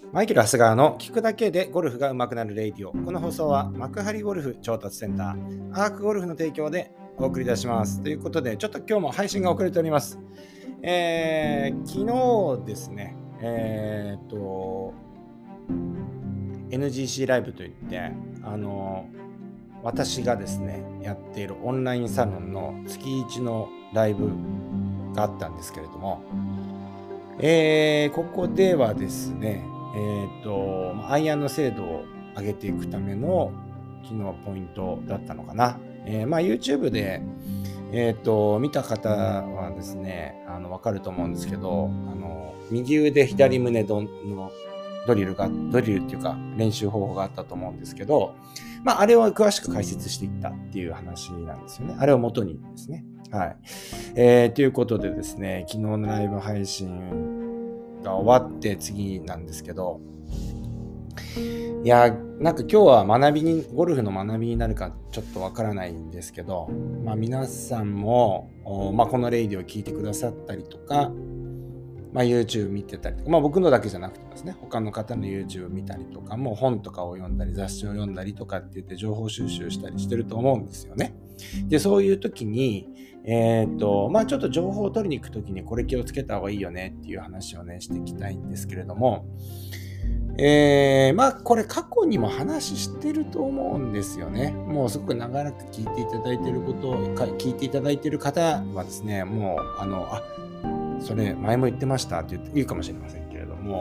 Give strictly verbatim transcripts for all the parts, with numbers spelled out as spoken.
マイケル・ハスガーの聞くだけでゴルフが上手くなるレイディオ。この放送は幕張ゴルフ調達センターアークゴルフの提供でお送りいたします。ということで、ちょっと今日も配信が遅れております。えー、昨日ですね、えー、っと エヌジーシー ライブといってあの私がですねやっているオンラインサロンの月いちのライブがあったんですけれども、えー、ここではですねえー、とアイアンの精度を上げていくための昨日はポイントだったのかな。えーまあ、YouTube で、えー、と見た方はですねあの分かると思うんですけど、あの右腕左胸のドリルがドリルっていうか練習方法があったと思うんですけど、まあ、あれを詳しく解説していったっていう話なんですよね。あれを元にですね。はい。えー、ということでですね、昨日のライブ配信が終わって次なんですけど、いやなんか今日は学びにゴルフの学びになるかちょっとわからないんですけど、まあ、皆さんも、まあ、このレイディを聞いてくださったりとか、まあ、YouTube 見てたりとか、まあ、僕のだけじゃなくてですね、他の方の YouTube 見たりとか、もう本とかを読んだり雑誌を読んだりとかって言って情報収集したりしてると思うんですよね。でそういう時にえー、っとまあちょっと情報を取りに行く時にこれ気をつけた方がいいよねっていう話をねしていきたいんですけれども、えー、まあこれ過去にも話してると思うんですよね。もうすごく長らく聞いていただいていることを聞いていただいている方はですね、もうあのあそれ前も言ってましたって言うかもしれませんけれども、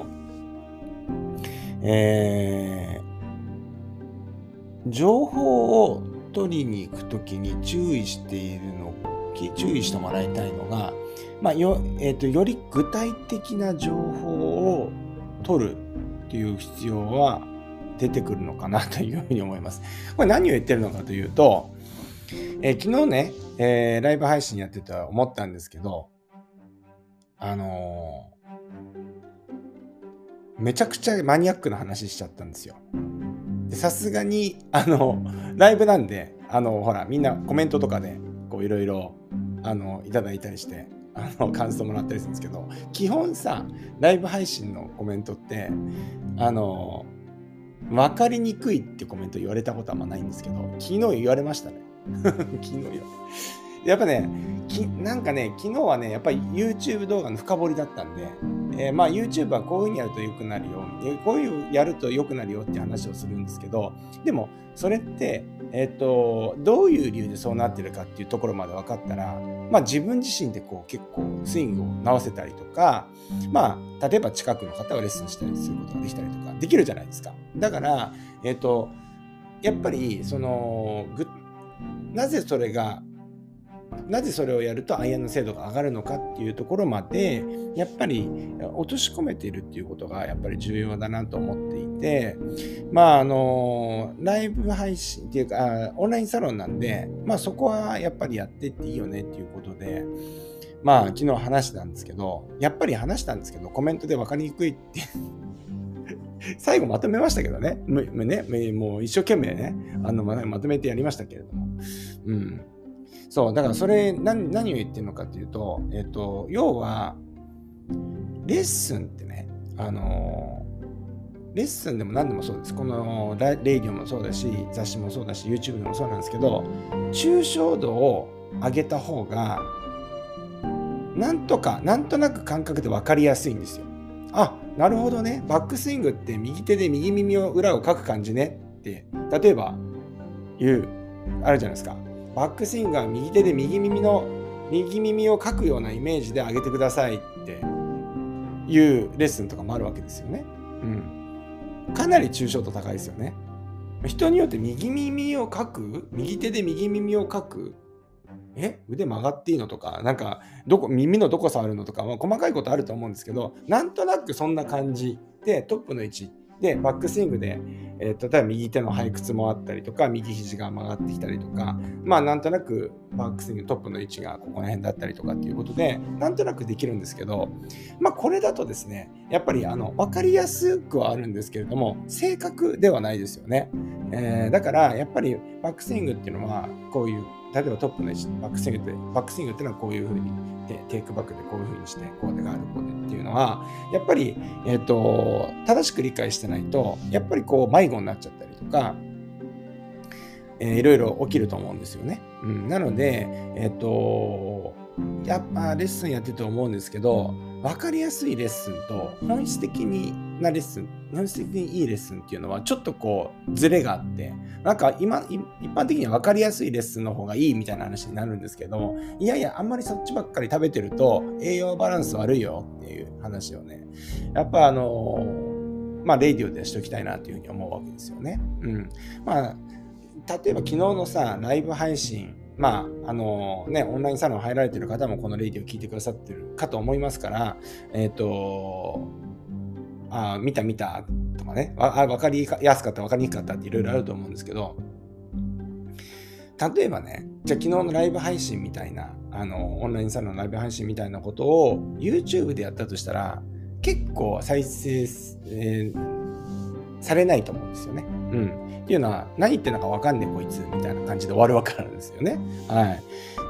えー、情報を取りに行くときに注意しているの注意してもらいたいのが、まあ よ, えー、とより具体的な情報を取るっていう必要は出てくるのかなというふうに思います。これ何を言ってるのかというと、えー、昨日ね、えー、ライブ配信やってて思ったんですけど、あのー、めちゃくちゃマニアックな話しちゃったんですよ。さすがにあのライブなんで、あのほらみんなコメントとかでこういろいろあのいただいたりしてあの感想もらったりするんですけど、基本さライブ配信のコメントってあの分かりにくいってコメント言われたことはあんまないんですけど、昨日言われましたね昨日よやっぱねきなんかね昨日はねやっぱり YouTube 動画の深掘りだったんで、えー、まあ YouTube はこういう風にやると良くなるよ、こういうやると良くなるよって話をするんですけど、でもそれってえっとどういう理由でそうなってるかっていうところまで分かったら、まあ自分自身でこう結構スイングを直せたりとか、まあ例えば近くの方はレッスンしたりすることができたりとかできるじゃないですか。だからえっとやっぱりそのぐなぜそれがなぜそれをやるとアイアンの精度が上がるのかっていうところまでやっぱり落とし込めているっていうことがやっぱり重要だなと思っていて、まああのライブ配信っていうかオンラインサロンなんで、まあそこはやっぱりやっていっていいよねっていうことで、まあ昨日話したんですけど、やっぱり話したんですけどコメントで分かりにくいって最後まとめましたけどね、ねもう一生懸命ねあのまとめてやりましたけれども、うん。そうだからそれ 何, 何を言ってるのかというと、えっと要はレッスンってね、あのレッスンでも何でもそうです。このレイディオもそうだし、雑誌もそうだし、YouTube でもそうなんですけど、抽象度を上げた方がなんとかなんとなく感覚で分かりやすいんですよ。あ、なるほどね。バックスイングって右手で右耳を裏をかく感じねって例えば言うあるじゃないですか。バックスイングは右手で右耳の右耳をかくようなイメージで上げてくださいっていうレッスンとかもあるわけですよね。うん。かなり抽象度高いですよね。人によって右耳をかく、右手で右耳をかく、え腕曲がっていいのとか、なんかどこ耳のどこ触るのとか、まあ、細かいことあると思うんですけど、なんとなくそんな感じでトップの位置でバックスイングで、えー、例えば右手の背屈もあったりとか右肘が曲がってきたりとか、まあなんとなくバックスイングトップの位置がここら辺だったりとかっていうことでなんとなくできるんですけど、まあこれだとですねやっぱりあの分かりやすくはあるんですけれども正確ではないですよね。えー、だからやっぱりバックスイングっていうのはこういう例えばトップの位置、バックスイングって、バックスイングっていうのはこういうふうに、でテイクバックでこういうふうにして、こうでガードこうでっていうのは、やっぱり、えっと、正しく理解してないと、やっぱりこう迷子になっちゃったりとか、えー、いろいろ起きると思うんですよね。うん、なので、えっと、やっぱレッスンやってて思うんですけど、分かりやすいレッスンと本質的なレッスン、本質的にいいレッスンっていうのはちょっとこうズレがあって、なんか今一般的には分かりやすいレッスンの方がいいみたいな話になるんですけども、いやいやあんまりそっちばっかり食べてると栄養バランス悪いよっていう話をね、やっぱあのまあレイディオでしておきたいなというふうに思うわけですよね。うん、まあ例えば昨日のさライブ配信、まああのね、オンラインサロン入られてる方もこのレイディを聞いてくださってるかと思いますから、えっと、あ見た見たとかね、あ分かりやすかった、分かりにくかったっていろいろあると思うんですけど、例えばね、じゃあ昨日のライブ配信みたいな、あのオンラインサロンのライブ配信みたいなことを YouTube でやったとしたら、結構再生、えー、されないと思うんですよね。うん。っていうのは、何言ってんのか分かんねえこいつみたいな感じで終わるわけなんですよね。はい。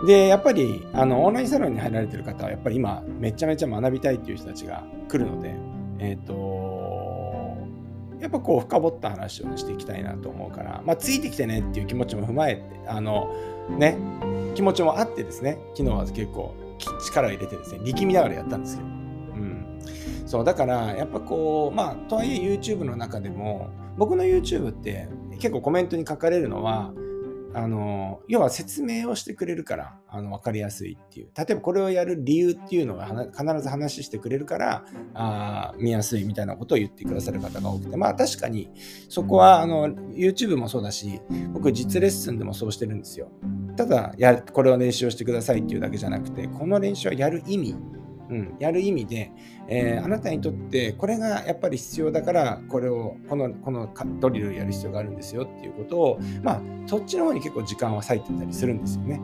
で、やっぱりあのオンラインサロンに入られてる方はやっぱり今めちゃめちゃ学びたいっていう人たちが来るので、えっとやっぱこう深掘った話をしていきたいなと思うから、まあついてきてねっていう気持ちも踏まえて、あのね気持ちもあってですね、昨日は結構力を入れてですね力みながらやったんですけど、うん、そうだからやっぱこうまあとはいえ YouTube の中でも僕の YouTube って結構コメントに書かれるのは、あの要は説明をしてくれるからあの分かりやすいっていう、例えばこれをやる理由っていうのを必ず話してくれるからあ見やすいみたいなことを言ってくださる方が多くて、まあ確かにそこはあの YouTube もそうだし、僕実レッスンでもそうしてるんですよ。ただやこれを練習をしてくださいっていうだけじゃなくて、この練習はやる意味、うん、やる意味で、えー、あなたにとってこれがやっぱり必要だからこれをこのこのドリルをやる必要があるんですよっていうことを、まあそっちの方に結構時間は割いてたりするんですよね。うん、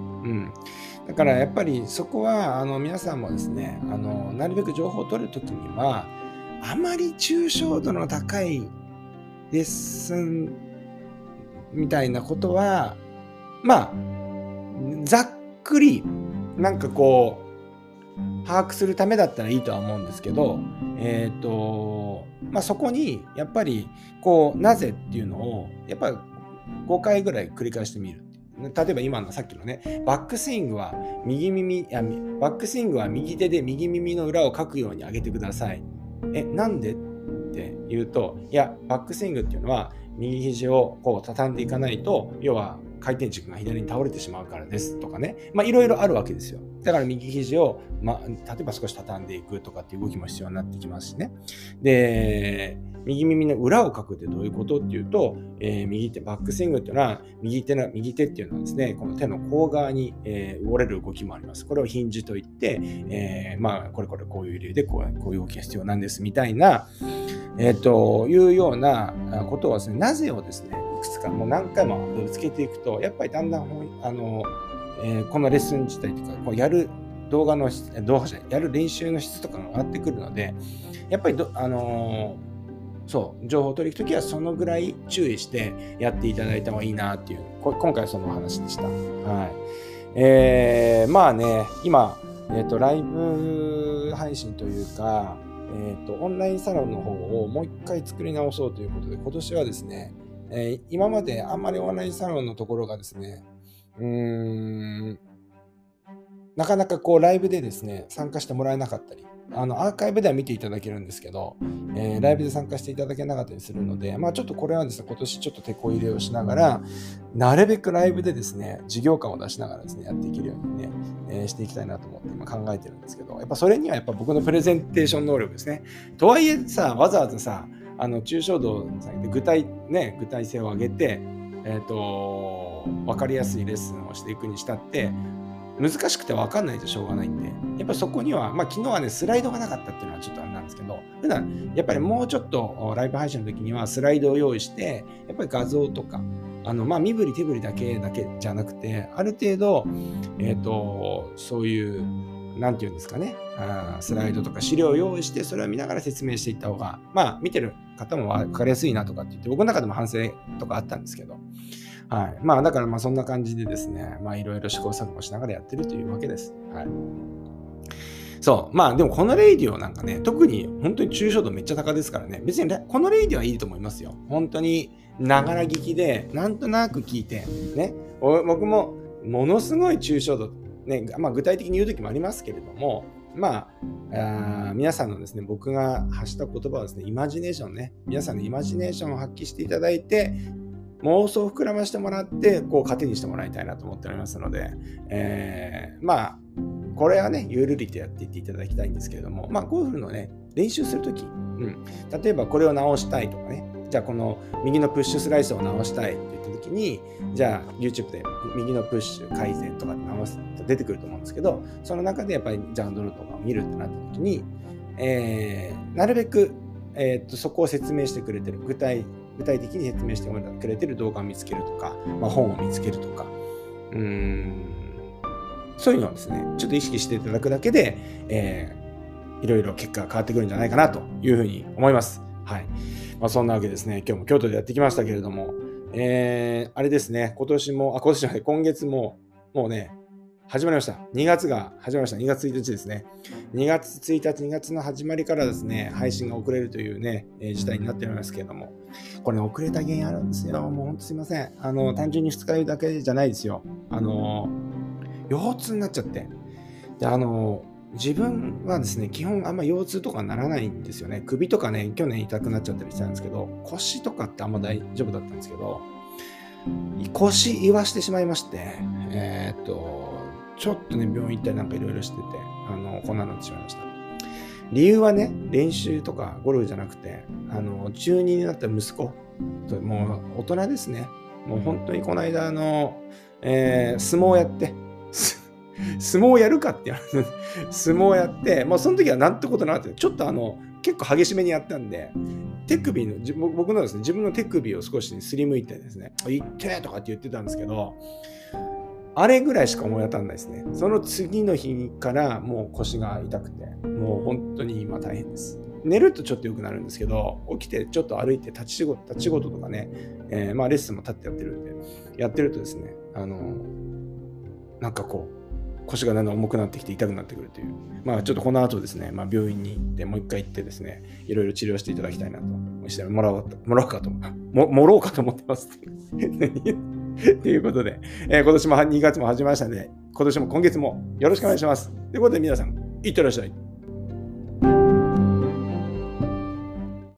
だからやっぱりそこはあの皆さんもですね、あのなるべく情報を取るときにはあまり抽象度の高いレッスンみたいなことはまあざっくりなんかこう把握するためだったらいいとは思うんですけど、えっと、まあ、そこにやっぱりこうなぜっていうのをやっぱりごかいぐらい繰り返してみる。例えば今のさっきのね、バックスイングは右耳、いやバックスイングは右手で右耳の裏をかくように上げてください。え、なんでって言うと、いや、バックスイングっていうのは右肘をこう畳んでいかないと、要は回転軸が左に倒れてしまうからですとかね、まあいろいろあるわけですよ。だから右肘を、まあ、例えば少し畳んでいくとかっていう動きも必要になってきますしね。で、右耳の裏をかくってどういうことっていうと、えー、右手、バックスイングっていうのは、右手の、右手っていうのはですね、この手の甲側に、えー、折れる動きもあります。これをヒンジといって、えー、まあ、これこれこういう理由でこう、こういう動きが必要なんですみたいな、えっと、いうようなことをですね、なぜをですね、いくつかもう何回もぶつけていくと、やっぱりだんだん、あの、えー、このレッスン自体というか、こうやる動画の、動画じゃない、やる練習の質とかが上がってくるので、やっぱりど、あのー、そう、情報を取りに行くときはそのぐらい注意してやっていただいた方がいいなっていう、こ今回はその話でした。はい。えー、まあね、今、えっと、ライブ配信というか、えっと、オンラインサロンの方をもう一回作り直そうということで、今年はですね、えー、今まであんまりオンラインサロンのところがですね、うーん、なかなかこうライブでですね、参加してもらえなかったり、あのアーカイブでは見ていただけるんですけど、えー、ライブで参加していただけなかったりするので、まあちょっとこれはですね、今年ちょっと手こ入れをしながら、なるべくライブでですね、事業感を出しながらですね、やっていけるようにね、えー、していきたいなと思って今考えてるんですけど、やっぱそれにはやっぱ僕のプレゼンテーション能力ですね。とはいえさ、わざわざさ、あの抽象度を下げて具体、ね、具体性を上げて、えっと、わかりやすいレッスンをしていくにしたって、難しくて分かんないとしょうがないんで、やっぱりそこには、まあ昨日はね、スライドがなかったっていうのはちょっとあれなんですけど、普段やっぱりもうちょっとライブ配信の時にはスライドを用意して、やっぱり画像とか、あの、まあ身振り手振りだけだけじゃなくて、ある程度、えっと、そういう、なんていうんですかね、あスライドとか資料を用意して、それを見ながら説明していった方が、まあ見てる方も分かりやすいなとかって言って、僕の中でも反省とかあったんですけど、 はい。まあ、だからまあそんな感じでですね、まあいろいろ試行錯誤しながらやってるというわけです。はい。そう。まあでもこのレイディオなんかね、特に本当に抽象度めっちゃ高ですからね、別にこのレイディオはいいと思いますよ。本当にながら聞きで、なんとなく聞いて、ね、僕もものすごい抽象度、ね、まあ具体的に言う時もありますけれども、まあ、あ皆さんのですね、僕が発した言葉はですね、イマジネーションね、皆さんのイマジネーションを発揮していただいて、妄想を膨らましてもらって、こう糧にしてもらいたいなと思っておりますので、えー、まあ、これはね、ゆるりとやっていっていただきたいんですけれども、まあ、ゴルフのね、練習するとき、うん、例えばこれを直したいとかね、じゃあこの右のプッシュスライスを直したいって言ったときに、じゃあ YouTube で右のプッシュ改善とか直すと出てくると思うんですけど、その中でやっぱりジャンドルとかを見るってなったときに、えー、なるべく、えー、っとそこを説明してくれてる、具体具体的に説明してくれてる動画を見つけるとか、まあ、本を見つけるとか、うーんそういうのをですね、ちょっと意識していただくだけで、えー、いろいろ結果が変わってくるんじゃないかなというふうに思います。はい。まあ、そんなわけですね、今日も京都でやってきましたけれども、えー、あれですね、今年も、あ、今年じゃない、今月も、もうね、始まりました。にがつが始まりました。にがつついたちですね。にがつついたち、にがつの始まりからですね、配信が遅れるというね、えー、事態になっておりますけれども、これね、遅れた原因あるんですよ。もう本当すいません。あの、単純に二日酔いだけじゃないですよ。あの、腰痛になっちゃって。で、あの、自分はですね、基本あんま腰痛とかならないんですよね。首とかね、去年痛くなっちゃったりしたんですけど、腰とかってあんま大丈夫だったんですけど、腰言わしてしまいまして、えー、っと、ちょっとね、病院行ったりなんかいろいろしてて、あの、こんなになってしまいました。理由はね、練習とかゴルフじゃなくて、あの、中にになった息子、もう大人ですね。もう本当にこの間、あの、えー、相撲やって、相撲やるかって言われて、相撲やって、まあその時はなんてことなかった。ちょっとあの、結構激しめにやったんで、手首の、僕のですね、自分の手首を少しすりむいてですね、いってとかって言ってたんですけど、あれぐらいしか思い当たらないですね。その次の日からもう腰が痛くて、もう本当に今大変です。寝るとちょっと良くなるんですけど、起きてちょっと歩いて立ち仕事、立ち仕事とかね、えー、まあレッスンも立ってやってるんで、やってるとですね、あのー、なんかこう、腰がだんだん重くなってきて痛くなってくるという。まあちょっとこの後ですね、まあ病院に行ってもう一回行ってですね、いろいろ治療していただきたいなと、してもらおうかと、もらおうかと、も、もろうかと思ってます。ということで、えー、今年もにがつも始まりましたので、今年も今月もよろしくお願いします。ということで皆さん、いってらっしゃい。